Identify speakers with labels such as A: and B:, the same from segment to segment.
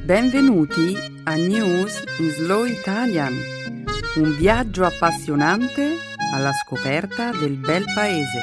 A: Benvenuti a News in Slow Italian, un viaggio appassionante alla scoperta del bel paese.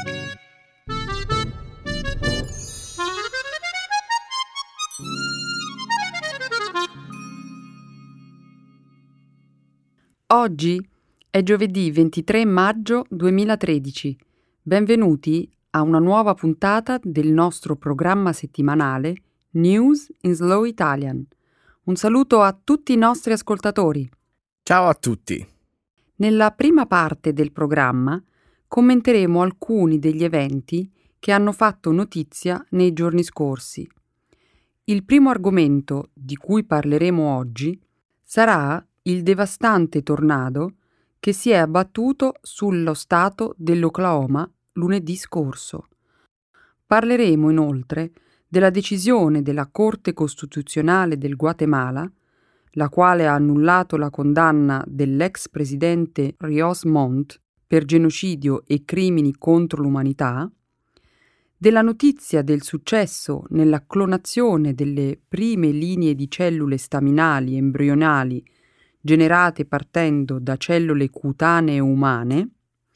A: Oggi è giovedì 23 maggio 2013. Benvenuti a una nuova puntata del nostro programma settimanale News in Slow Italian. Un saluto a tutti i nostri ascoltatori.
B: Ciao a tutti.
A: Nella prima parte del programma commenteremo alcuni degli eventi che hanno fatto notizia nei giorni scorsi. Il primo argomento di cui parleremo oggi sarà il devastante tornado che si è abbattuto sullo stato dell'Oklahoma lunedì scorso. Parleremo inoltre della decisione della Corte Costituzionale del Guatemala, la quale ha annullato la condanna dell'ex presidente Rios Montt per genocidio e crimini contro l'umanità, della notizia del successo nella clonazione delle prime linee di cellule staminali embrionali generate partendo da cellule cutanee umane,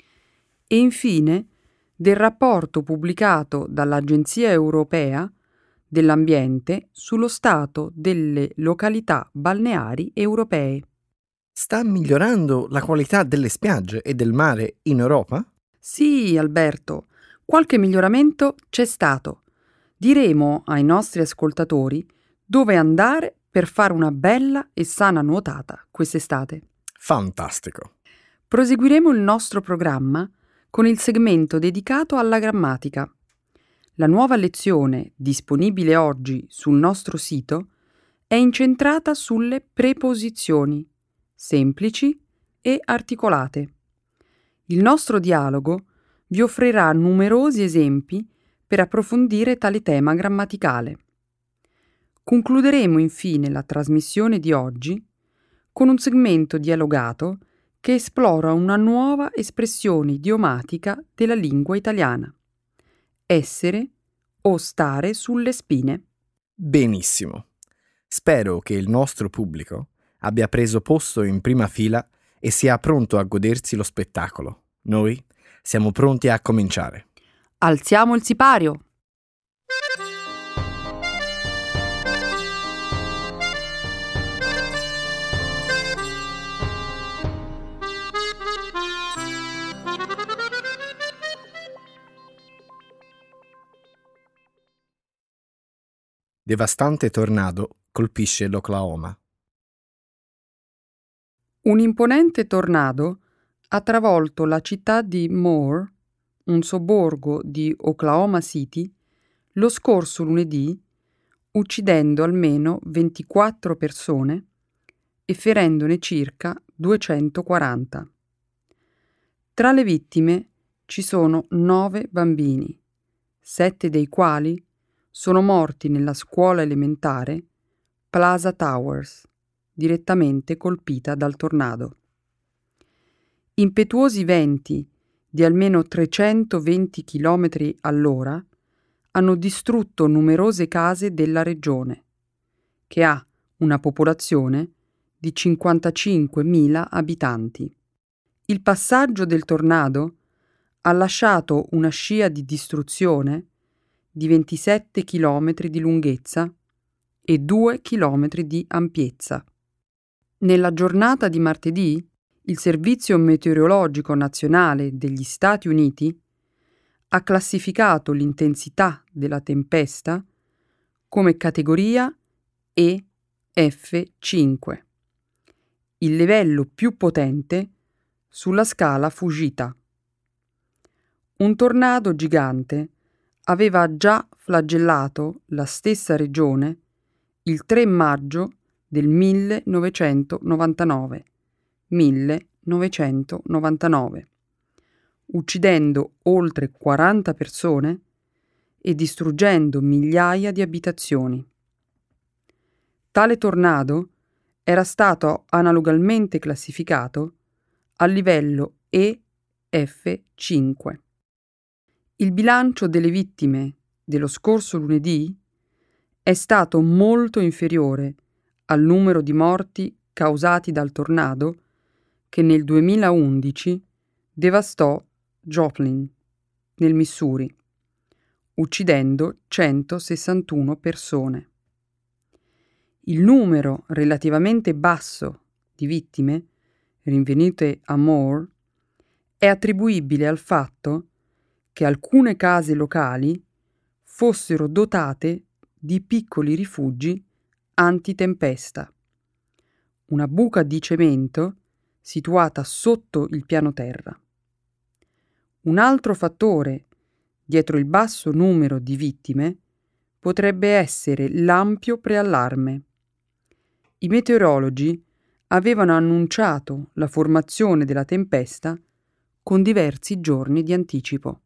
A: e infine del rapporto pubblicato dall'Agenzia Europea dell'Ambiente sullo stato delle località balneari europee.
B: Sta migliorando la qualità delle spiagge e del mare in Europa?
A: Sì, Alberto, qualche miglioramento c'è stato. Diremo ai nostri ascoltatori dove andare per fare una bella e sana nuotata quest'estate.
B: Fantastico.
A: Proseguiremo il nostro programma con il segmento dedicato alla grammatica. La nuova lezione, disponibile oggi sul nostro sito, è incentrata sulle preposizioni, semplici e articolate. Il nostro dialogo vi offrirà numerosi esempi per approfondire tale tema grammaticale. Concluderemo infine la trasmissione di oggi con un segmento dialogato che esplora una nuova espressione idiomatica della lingua italiana: essere o stare sulle spine.
B: Benissimo. Spero che il nostro pubblico abbia preso posto in prima fila e sia pronto a godersi lo spettacolo. Noi siamo pronti a cominciare.
A: Alziamo il sipario!
B: Devastante tornado colpisce l'Oklahoma.
A: Un imponente tornado ha travolto la città di Moore, un sobborgo di Oklahoma City, lo scorso lunedì, uccidendo almeno 24 persone e ferendone circa 240. Tra le vittime ci sono 9 bambini, 7 dei quali sono morti nella scuola elementare Plaza Towers, direttamente colpita dal tornado. Impetuosi venti di almeno 320 km all'ora hanno distrutto numerose case della regione, che ha una popolazione di 55.000 abitanti. Il passaggio del tornado ha lasciato una scia di distruzione di 27 km di lunghezza e 2 km di ampiezza. Nella giornata di martedì, il Servizio Meteorologico Nazionale degli Stati Uniti ha classificato l'intensità della tempesta come categoria EF5, il livello più potente sulla scala Fujita. Un tornado gigante aveva già flagellato la stessa regione il 3 maggio del 1999, uccidendo oltre 40 persone e distruggendo migliaia di abitazioni. Tale tornado era stato analogamente classificato a livello EF5. Il bilancio delle vittime dello scorso lunedì è stato molto inferiore al numero di morti causati dal tornado che nel 2011 devastò Joplin, nel Missouri, uccidendo 161 persone. Il numero relativamente basso di vittime rinvenute a Moore è attribuibile al fatto che alcune case locali fossero dotate di piccoli rifugi antitempesta, una buca di cemento situata sotto il piano terra. Un altro fattore dietro il basso numero di vittime potrebbe essere l'ampio preallarme. I meteorologi avevano annunciato la formazione della tempesta con diversi giorni di anticipo.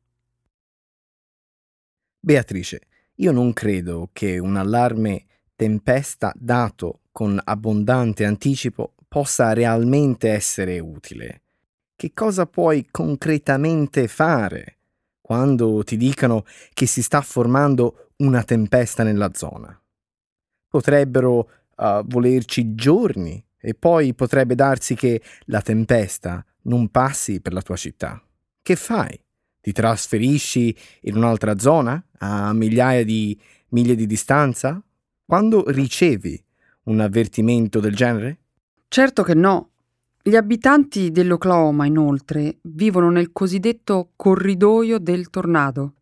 B: Beatrice, io non credo che un allarme tempesta dato con abbondante anticipo possa realmente essere utile. Che cosa puoi concretamente fare quando ti dicano che si sta formando una tempesta nella zona? Potrebbero volerci giorni e poi potrebbe darsi che la tempesta non passi per la tua città. Che fai? Ti trasferisci in un'altra zona, a migliaia di miglia di distanza? Quando ricevi un avvertimento del genere?
A: Certo che no. Gli abitanti dell'Oklahoma, inoltre, vivono nel cosiddetto corridoio del tornado,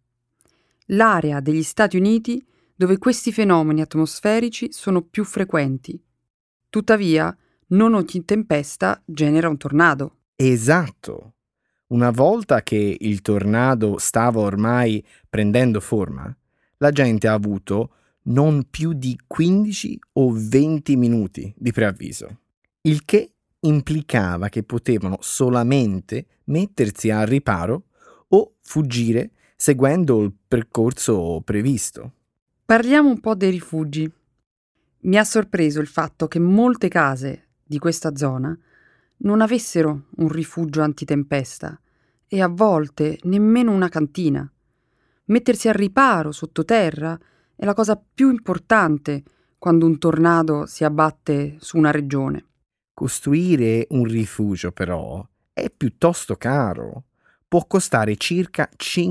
A: l'area degli Stati Uniti dove questi fenomeni atmosferici sono più frequenti. Tuttavia, non ogni tempesta genera un tornado.
B: Esatto. Una volta che il tornado stava ormai prendendo forma, la gente ha avuto non più di 15 o 20 minuti di preavviso, il che implicava che potevano solamente mettersi al riparo o fuggire seguendo il percorso previsto.
A: Parliamo un po' dei rifugi. Mi ha sorpreso il fatto che molte case di questa zona non avessero un rifugio antitempesta e a volte nemmeno una cantina. Mettersi al riparo sottoterra è la cosa più importante quando un tornado si abbatte su una regione.
B: Costruire un rifugio, però, è piuttosto caro. Può costare circa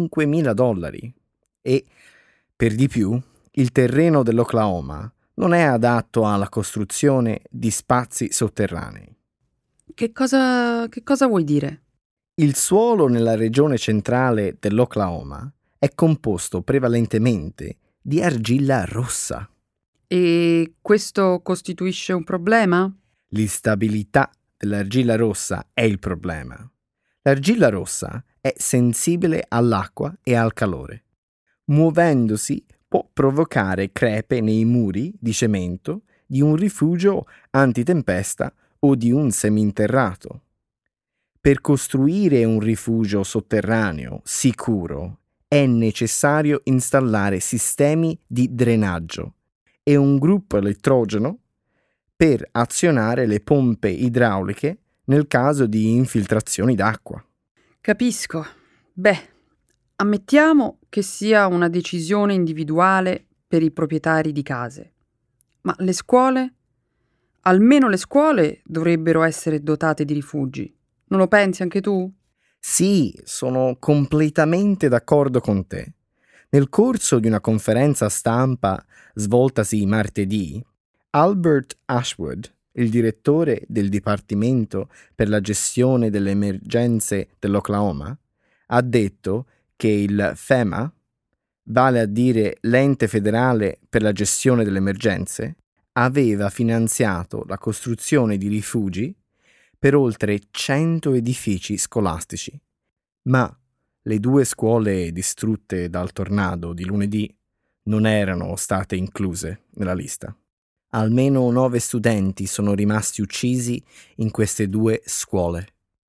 B: $5.000 e, per di più, il terreno dell'Oklahoma non è adatto alla costruzione di spazi sotterranei.
A: Che cosa vuoi dire?
B: Il suolo nella regione centrale dell'Oklahoma è composto prevalentemente di argilla rossa.
A: E questo costituisce un problema?
B: L'instabilità dell'argilla rossa è il problema. L'argilla rossa è sensibile all'acqua e al calore. Muovendosi può provocare crepe nei muri di cemento di un rifugio antitempesta o di un seminterrato. Per costruire un rifugio sotterraneo sicuro è necessario installare sistemi di drenaggio e un gruppo elettrogeno per azionare le pompe idrauliche nel caso di infiltrazioni d'acqua.
A: Capisco. Beh, ammettiamo che sia una decisione individuale per i proprietari di case. Ma le scuole? Almeno le scuole dovrebbero essere dotate di rifugi. Non lo pensi anche tu?
B: Sì, sono completamente d'accordo con te. Nel corso di una conferenza stampa svoltasi martedì, Albert Ashwood, il direttore del Dipartimento per la gestione delle emergenze dell'Oklahoma, ha detto che il FEMA, vale a dire l'ente federale per la gestione delle emergenze, aveva finanziato la costruzione di rifugi per oltre 100 edifici scolastici. Ma le 2 scuole distrutte dal tornado di lunedì non erano state incluse nella lista. Almeno 9 studenti sono rimasti uccisi in queste 2 scuole.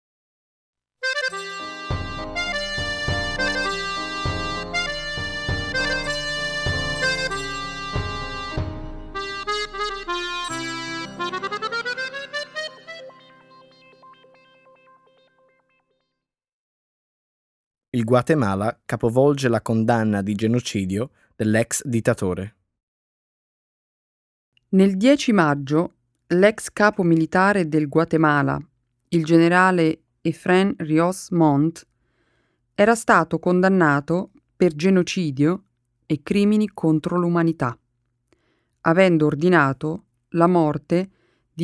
B: Il Guatemala capovolge la condanna di genocidio dell'ex dittatore.
A: Nel 10 maggio l'ex capo militare del Guatemala, il generale Efrén Ríos Montt, era stato condannato per genocidio e crimini contro l'umanità, avendo ordinato la morte di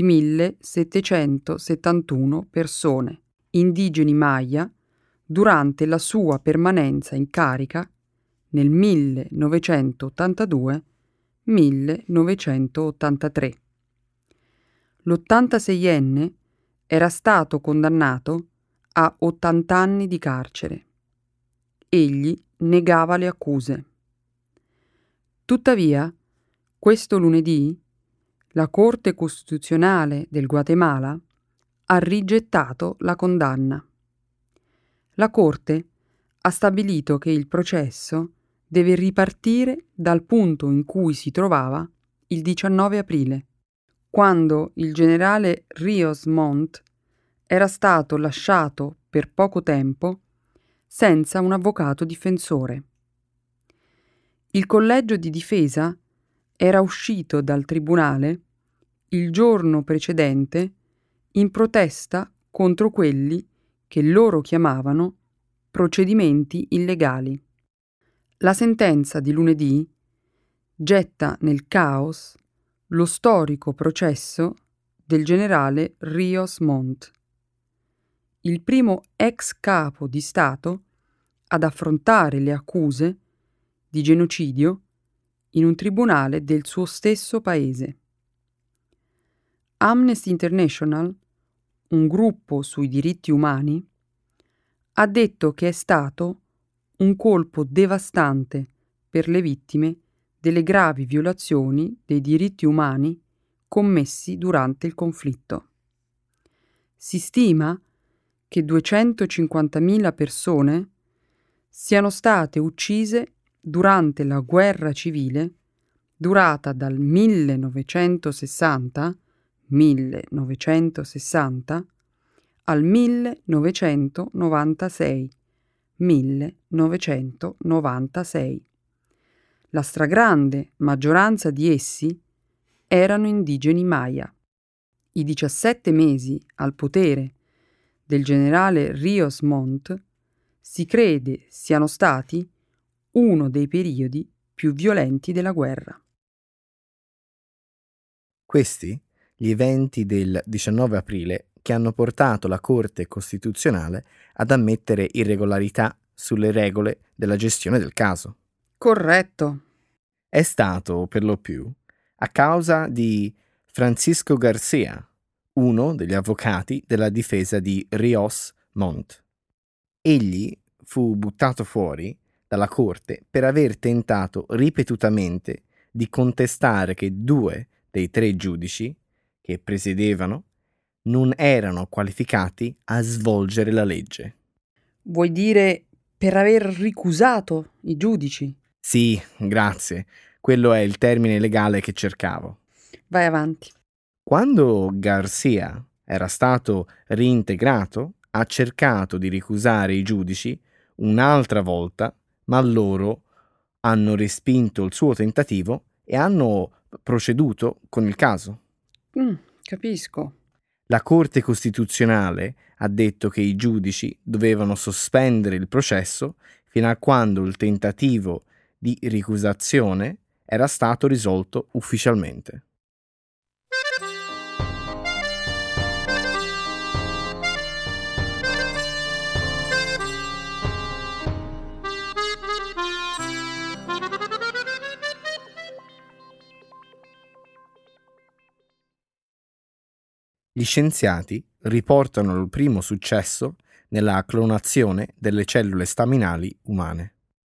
A: 1771 persone, indigeni Maya, durante la sua permanenza in carica nel 1982-1983. L'86enne era stato condannato a 80 anni di carcere. Egli negava le accuse. Tuttavia, questo lunedì, la Corte Costituzionale del Guatemala ha rigettato la condanna. La Corte ha stabilito che il processo deve ripartire dal punto in cui si trovava il 19 aprile, quando il generale Ríos Montt era stato lasciato per poco tempo senza un avvocato difensore. Il collegio di difesa era uscito dal tribunale il giorno precedente in protesta contro quelli che loro chiamavano procedimenti illegali. La sentenza di lunedì getta nel caos lo storico processo del generale Ríos Montt, il primo ex capo di Stato ad affrontare le accuse di genocidio in un tribunale del suo stesso paese. Amnesty International, un gruppo sui diritti umani, ha detto che è stato un colpo devastante per le vittime delle gravi violazioni dei diritti umani commessi durante il conflitto. Si stima che 250.000 persone siano state uccise durante la guerra civile durata dal 1960 al 1996. La stragrande maggioranza di essi erano indigeni Maya. I 17 mesi al potere del generale Ríos Montt si crede siano stati uno dei periodi più violenti della guerra.
B: Questi gli eventi del 19 aprile che hanno portato la Corte Costituzionale ad ammettere irregolarità sulle regole della gestione del caso.
A: Corretto.
B: È stato, per lo più, a causa di Francisco García, uno degli avvocati della difesa di Ríos Montt. Egli fu buttato fuori dalla Corte per aver tentato ripetutamente di contestare che 2 dei 3 giudici che presiedevano non erano qualificati a svolgere la legge.
A: Vuoi dire per aver ricusato i giudici?
B: Sì, grazie. Quello è il termine legale che cercavo.
A: Vai avanti.
B: Quando Garcia era stato reintegrato, ha cercato di ricusare i giudici un'altra volta, ma loro hanno respinto il suo tentativo e hanno proceduto con il caso.
A: Capisco.
B: La Corte Costituzionale ha detto che i giudici dovevano sospendere il processo fino a quando il tentativo di ricusazione era stato risolto ufficialmente. Gli scienziati riportano il primo successo nella clonazione delle cellule staminali umane.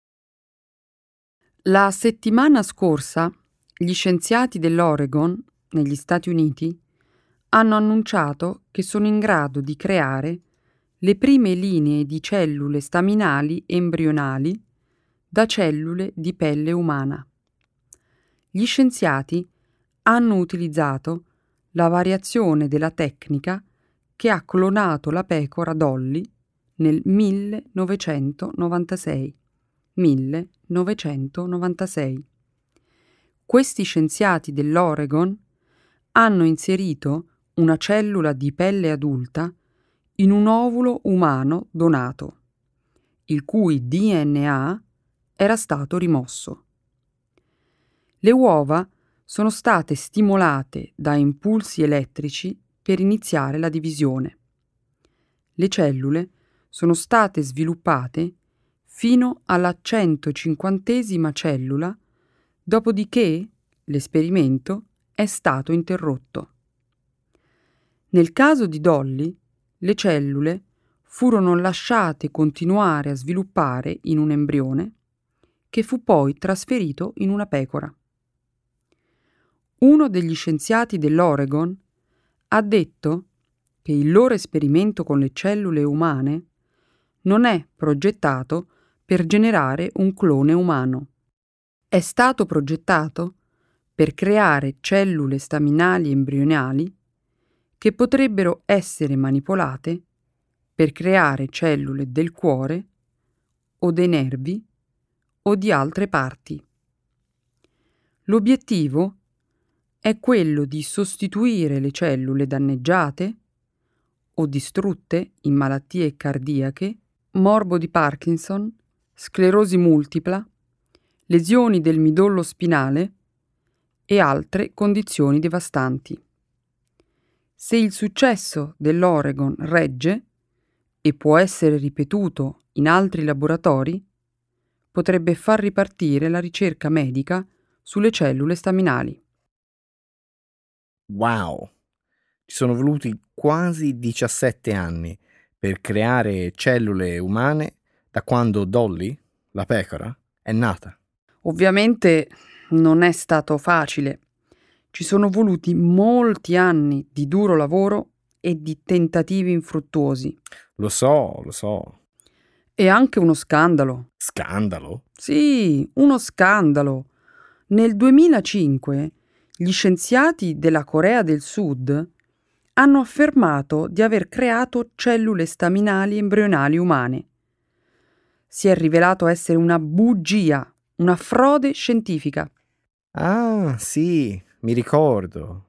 A: La settimana scorsa, gli scienziati dell'Oregon, negli Stati Uniti, hanno annunciato che sono in grado di creare le prime linee di cellule staminali embrionali da cellule di pelle umana. Gli scienziati hanno utilizzato la variazione della tecnica che ha clonato la pecora Dolly nel 1996. Questi scienziati dell'Oregon hanno inserito una cellula di pelle adulta in un ovulo umano donato, il cui DNA era stato rimosso. Le uova sono state stimolate da impulsi elettrici per iniziare la divisione. Le cellule sono state sviluppate fino alla 150ª cellula, dopodiché l'esperimento è stato interrotto. Nel caso di Dolly, le cellule furono lasciate continuare a sviluppare in un embrione che fu poi trasferito in una pecora. Uno degli scienziati dell'Oregon ha detto che il loro esperimento con le cellule umane non è progettato per generare un clone umano. È stato progettato per creare cellule staminali embrionali che potrebbero essere manipolate per creare cellule del cuore o dei nervi o di altre parti. L'obiettivo è quello di sostituire le cellule danneggiate o distrutte in malattie cardiache, morbo di Parkinson, sclerosi multipla, lesioni del midollo spinale e altre condizioni devastanti. Se il successo dell'Oregon regge e può essere ripetuto in altri laboratori, potrebbe far ripartire la ricerca medica sulle cellule staminali.
B: Wow! Ci sono voluti quasi 17 anni per creare cellule umane da quando Dolly, la pecora, è nata.
A: Ovviamente non è stato facile. Ci sono voluti molti anni di duro lavoro e di tentativi infruttuosi.
B: Lo so.
A: E anche uno scandalo.
B: Scandalo?
A: Sì, uno scandalo. Nel 2005 gli scienziati della Corea del Sud hanno affermato di aver creato cellule staminali embrionali umane. Si è rivelato essere una bugia, una frode scientifica.
B: Ah, sì, mi ricordo.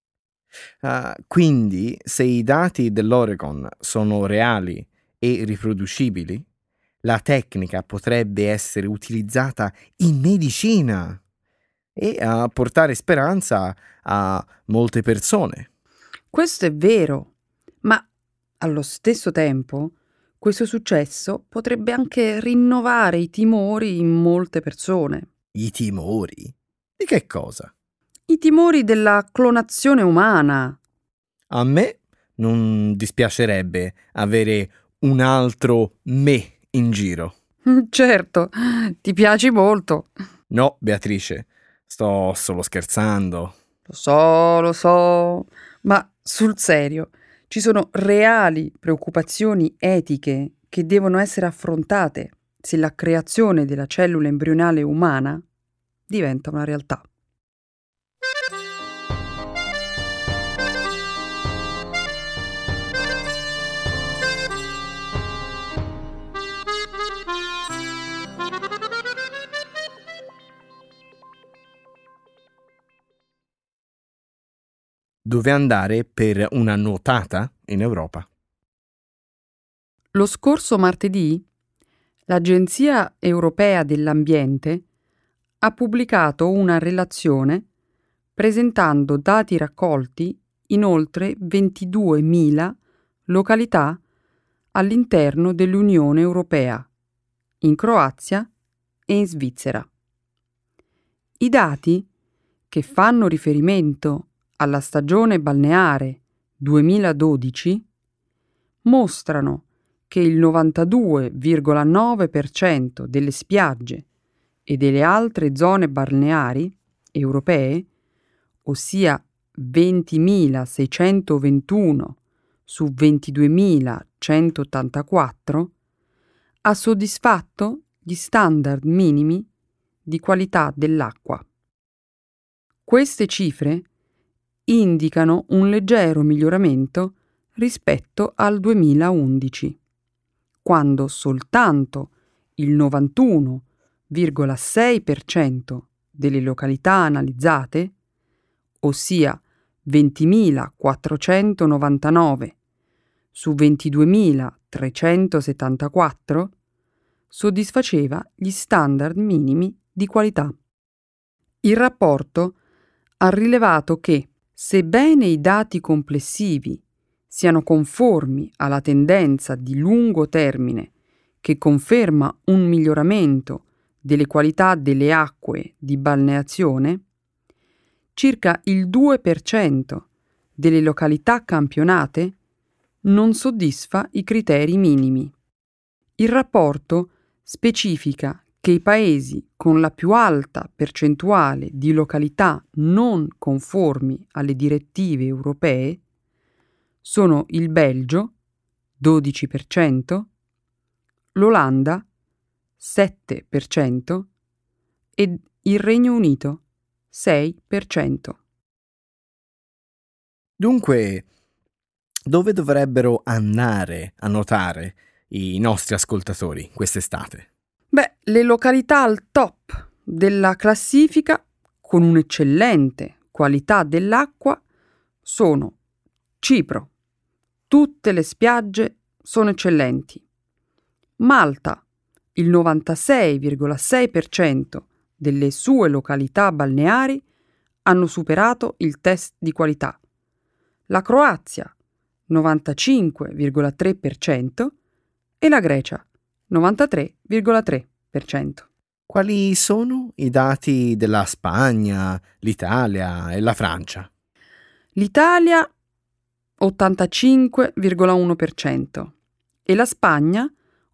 B: Quindi, se i dati dell'Oregon sono reali e riproducibili, la tecnica potrebbe essere utilizzata in medicina e a portare speranza a molte persone.
A: Questo è vero, ma allo stesso tempo questo successo potrebbe anche rinnovare i timori in molte persone.
B: I timori? Di che cosa?
A: I timori della clonazione umana.
B: A me non dispiacerebbe avere un altro me in giro.
A: Certo, ti piaci molto.
B: No, Beatrice, sto solo scherzando.
A: Lo so, ma sul serio, ci sono reali preoccupazioni etiche che devono essere affrontate se la creazione della cellula embrionale umana diventa una realtà.
B: Dove andare per una nuotata in Europa?
A: Lo scorso martedì, l'Agenzia Europea dell'Ambiente ha pubblicato una relazione presentando dati raccolti in oltre 22.000 località all'interno dell'Unione Europea, in Croazia e in Svizzera. I dati, che fanno riferimento alla stagione balneare 2012, mostrano che il 92,9% delle spiagge e delle altre zone balneari europee, ossia 20.621 su 22.184, ha soddisfatto gli standard minimi di qualità dell'acqua. Queste cifre indicano un leggero miglioramento rispetto al 2011, quando soltanto il 91,6% delle località analizzate, ossia 20.499 su 22.374, soddisfaceva gli standard minimi di qualità. Il rapporto ha rilevato che, sebbene i dati complessivi siano conformi alla tendenza di lungo termine che conferma un miglioramento delle qualità delle acque di balneazione, circa il 2% delle località campionate non soddisfa i criteri minimi. Il rapporto specifica che i paesi con la più alta percentuale di località non conformi alle direttive europee sono il Belgio, 12%, l'Olanda, 7%, e il Regno Unito, 6%.
B: Dunque, dove dovrebbero andare a nuotare i nostri ascoltatori quest'estate?
A: Beh, le località al top della classifica con un'eccellente qualità dell'acqua sono Cipro. Tutte le spiagge sono eccellenti. Malta, il 96,6% delle sue località balneari hanno superato il test di qualità. La Croazia, 95,3%, e la Grecia, 93,3%.
B: Quali sono i dati della Spagna, l'Italia e la Francia?
A: L'Italia 85,1% e la Spagna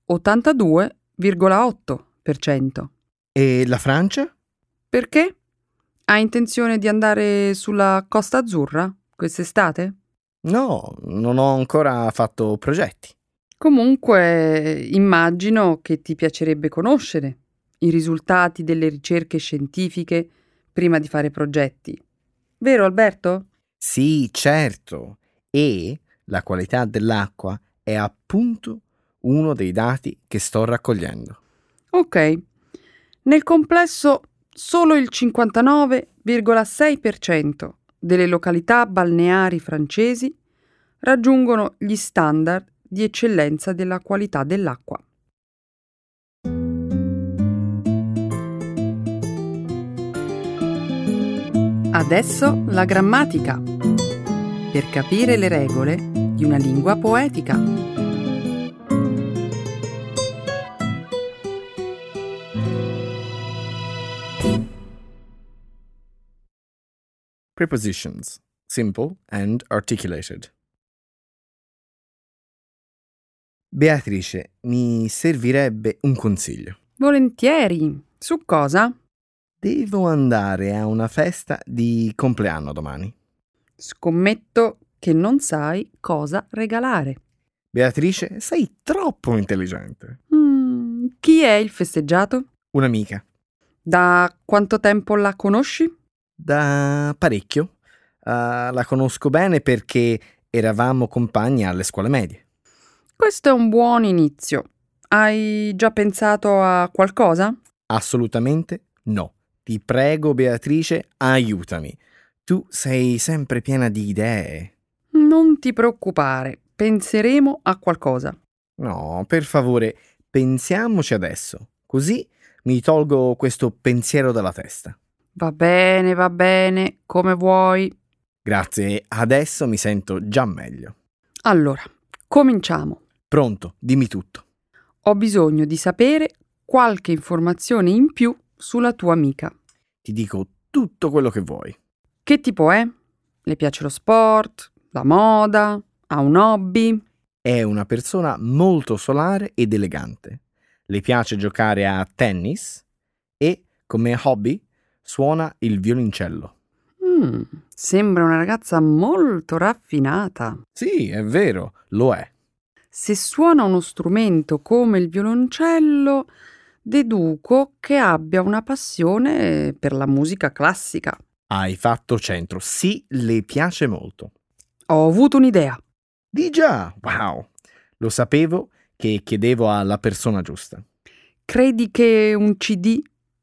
A: 82,8%.
B: E la Francia?
A: Perché? Hai intenzione di andare sulla Costa Azzurra quest'estate?
B: No, non ho ancora fatto progetti.
A: Comunque, immagino che ti piacerebbe conoscere i risultati delle ricerche scientifiche prima di fare progetti. Vero, Alberto?
B: Sì, certo. E la qualità dell'acqua è appunto uno dei dati che sto raccogliendo.
A: Ok. Nel complesso, solo il 59,6% delle località balneari francesi raggiungono gli standard di eccellenza della qualità dell'acqua. Adesso la grammatica, per capire le regole di una lingua poetica.
B: Prepositions: simple and articulated. Beatrice, mi servirebbe un consiglio.
A: Volentieri. Su cosa?
B: Devo andare a una festa di compleanno domani.
A: Scommetto che non sai cosa regalare.
B: Beatrice, sei troppo intelligente.
A: Chi è il festeggiato?
B: Un'amica.
A: Da quanto tempo la conosci?
B: Da parecchio. La conosco bene perché eravamo compagni alle scuole medie.
A: Questo è un buon inizio. Hai già pensato a qualcosa?
B: Assolutamente no. Ti prego, Beatrice, aiutami. Tu sei sempre piena di idee.
A: Non ti preoccupare, penseremo a qualcosa.
B: No, per favore, pensiamoci adesso. Così mi tolgo questo pensiero dalla testa.
A: Va bene, come vuoi.
B: Grazie, adesso mi sento già meglio.
A: Allora, cominciamo.
B: Pronto, dimmi tutto.
A: Ho bisogno di sapere qualche informazione in più sulla tua amica.
B: Ti dico tutto quello che vuoi.
A: Che tipo è? Le piace lo sport? La moda? Ha un hobby?
B: È una persona molto solare ed elegante. Le piace giocare a tennis e, come hobby, suona il violoncello.
A: Sembra una ragazza molto raffinata.
B: Sì, è vero, lo è.
A: Se suona uno strumento come il violoncello, deduco che abbia una passione per la musica classica.
B: Hai fatto centro. Sì, le piace molto.
A: Ho avuto un'idea.
B: Di già, wow. Lo sapevo che chiedevo alla persona giusta.
A: Credi che un CD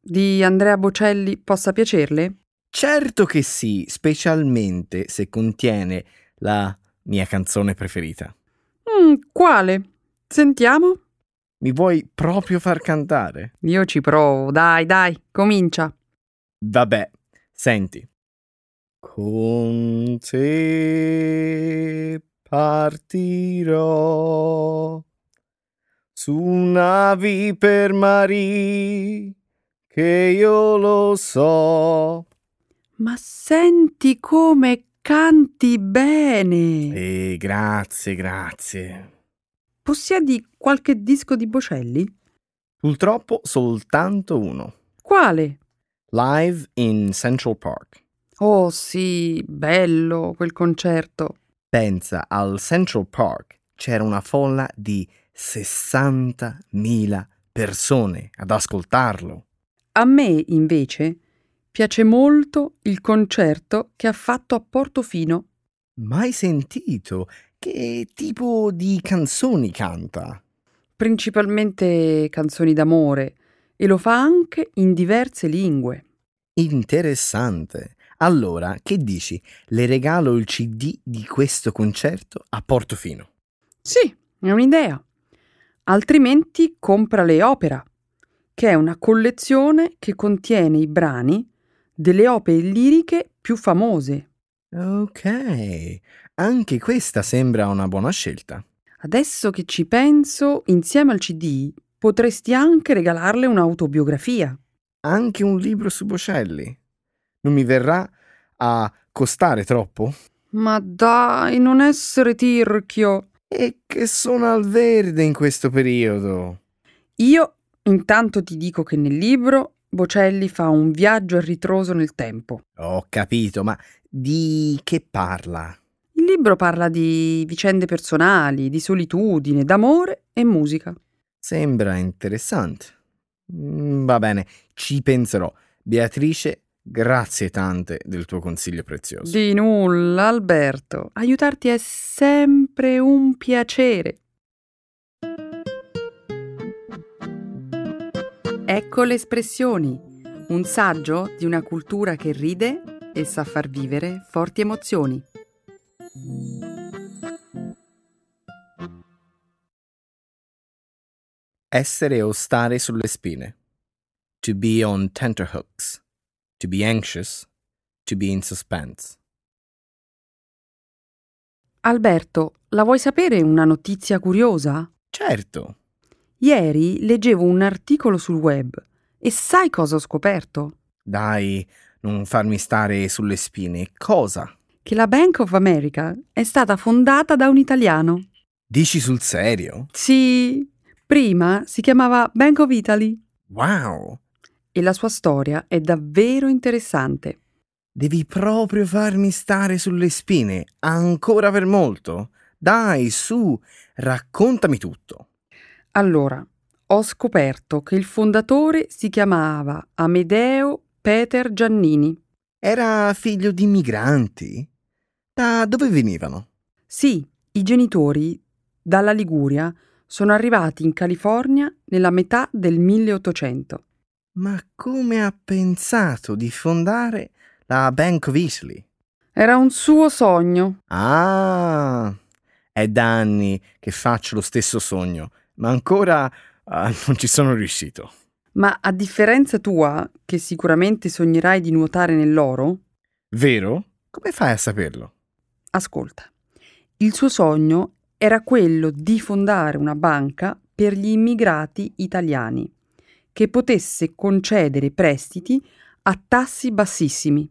A: di Andrea Bocelli possa piacerle?
B: Certo che sì, specialmente se contiene la mia canzone preferita.
A: Quale? Sentiamo.
B: Mi vuoi proprio far cantare?
A: Io ci provo, dai, comincia.
B: Vabbè, senti. Con te partirò su navi per mari che io lo so.
A: Ma senti come canti bene!
B: Grazie.
A: Possiedi qualche disco di Bocelli?
B: Purtroppo soltanto uno.
A: Quale?
B: Live in Central Park.
A: Oh sì, bello quel concerto.
B: Pensa, al Central Park c'era una folla di 60.000 persone ad ascoltarlo.
A: A me, invece, piace molto il concerto che ha fatto a Portofino.
B: Mai sentito? Che tipo di canzoni canta?
A: Principalmente canzoni d'amore, e lo fa anche in diverse lingue.
B: Interessante. Allora, che dici? Le regalo il CD di questo concerto a Portofino.
A: Sì, è un'idea. Altrimenti comprale Opera, che è una collezione che contiene i brani delle opere liriche più famose.
B: Ok, anche questa sembra una buona scelta.
A: Adesso che ci penso, insieme al CD potresti anche regalarle un'autobiografia.
B: Anche un libro su Bocelli. Non mi verrà a costare troppo?
A: Ma dai, non essere tirchio.
B: E che sono al verde in questo periodo.
A: Io intanto ti dico che nel libro Bocelli fa un viaggio a ritroso nel tempo.
B: Ho capito, ma di che parla?
A: Il libro parla di vicende personali, di solitudine, d'amore e musica.
B: Sembra interessante. Va bene, ci penserò. Beatrice, grazie tante del tuo consiglio prezioso.
A: Di nulla, Alberto. Aiutarti è sempre un piacere. Ecco le espressioni, un saggio di una cultura che ride e sa far vivere forti emozioni.
B: Essere o stare sulle spine. To be on tenterhooks. To be anxious. To be in suspense.
A: Alberto, la vuoi sapere una notizia curiosa?
B: Certo.
A: Ieri leggevo un articolo sul web e sai cosa ho scoperto?
B: Dai, non farmi stare sulle spine. Cosa?
A: Che la Bank of America è stata fondata da un italiano.
B: Dici sul serio?
A: Sì, prima si chiamava Bank of Italy
B: Wow!
A: e la sua storia è davvero interessante.
B: Devi proprio farmi stare sulle spine, ancora per molto? Dai, su, raccontami tutto.
A: Allora, ho scoperto che il fondatore si chiamava Amedeo Peter Giannini.
B: Era figlio di migranti? Da dove venivano?
A: Sì, i genitori, dalla Liguria, sono arrivati in California nella metà del 1800.
B: Ma come ha pensato di fondare la Bank of Italy?
A: Era un suo sogno.
B: Ah, è da anni che faccio lo stesso sogno, ma ancora non ci sono riuscito.
A: Ma a differenza tua, che sicuramente sognerai di nuotare nell'oro,
B: Vero? Come fai a saperlo?
A: ascolta, il suo sogno era quello di fondare una banca per gli immigrati italiani, che potesse concedere prestiti a tassi bassissimi.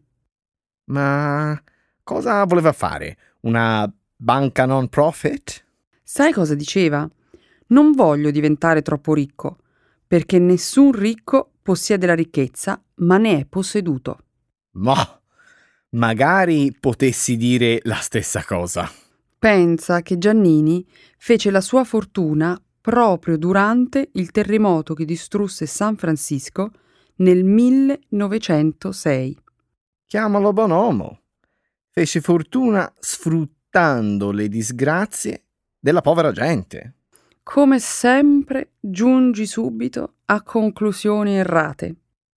B: Ma cosa voleva fare? Una banca non profit?
A: Sai cosa diceva? Non voglio diventare troppo ricco, perché nessun ricco possiede la ricchezza, ma ne è posseduto.
B: Ma magari potessi dire la stessa cosa.
A: Pensa che Giannini fece la sua fortuna proprio durante il terremoto che distrusse San Francisco nel 1906.
B: Chiamalo bonomo. Fece fortuna sfruttando le disgrazie della povera gente.
A: Come sempre giungi subito a conclusioni errate.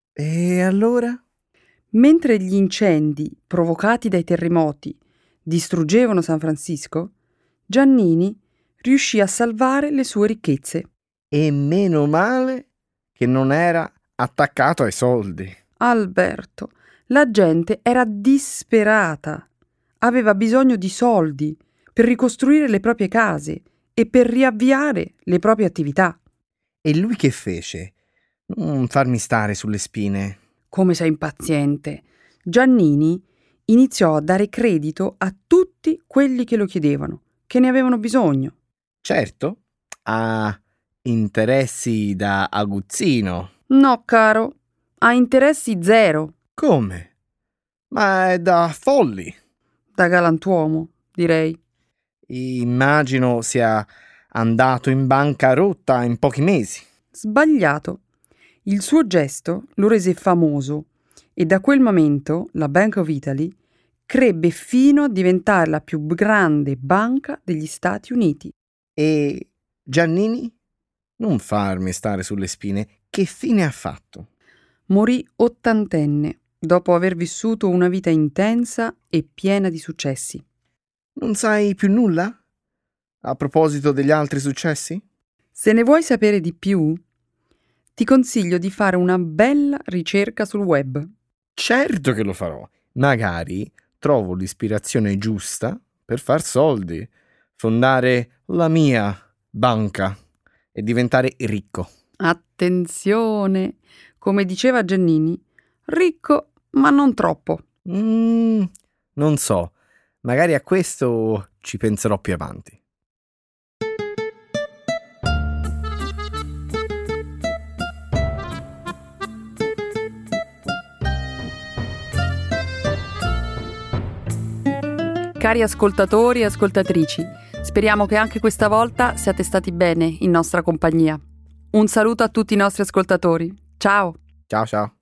B: E allora?
A: Mentre gli incendi provocati dai terremoti distruggevano San Francisco, Giannini riuscì a salvare le sue ricchezze.
B: E meno male che non era attaccato ai soldi.
A: Alberto, la gente era disperata. Aveva bisogno di soldi per ricostruire le proprie case e per riavviare le proprie attività.
B: E lui che fece? Non farmi stare sulle spine.
A: Come sei impaziente. Giannini iniziò a dare credito a tutti quelli che lo chiedevano, che ne avevano bisogno.
B: Certo, ha interessi da aguzzino.
A: No, caro, ha interessi zero.
B: Come? Ma è da folli.
A: Da galantuomo, direi.
B: Immagino sia andato in bancarotta in pochi mesi.
A: Sbagliato. Il suo gesto lo rese famoso e da quel momento la Bank of Italy crebbe fino a diventare la più grande banca degli Stati Uniti.
B: E Giannini? Non farmi stare sulle spine. Che fine ha fatto?
A: Morì ottantenne, dopo aver vissuto una vita intensa e piena di successi.
B: Non sai più nulla? A proposito degli altri successi?
A: Se ne vuoi sapere di più, ti consiglio di fare una bella ricerca sul web.
B: Certo che lo farò. Magari trovo l'ispirazione giusta per far soldi, fondare la mia banca e diventare ricco.
A: Attenzione, come diceva Giannini, ricco ma non troppo.
B: Non so, magari a questo ci penserò più avanti.
A: Cari ascoltatori e ascoltatrici, speriamo che anche questa volta siate stati bene in nostra compagnia. Un saluto a tutti i nostri ascoltatori. Ciao!
B: Ciao ciao!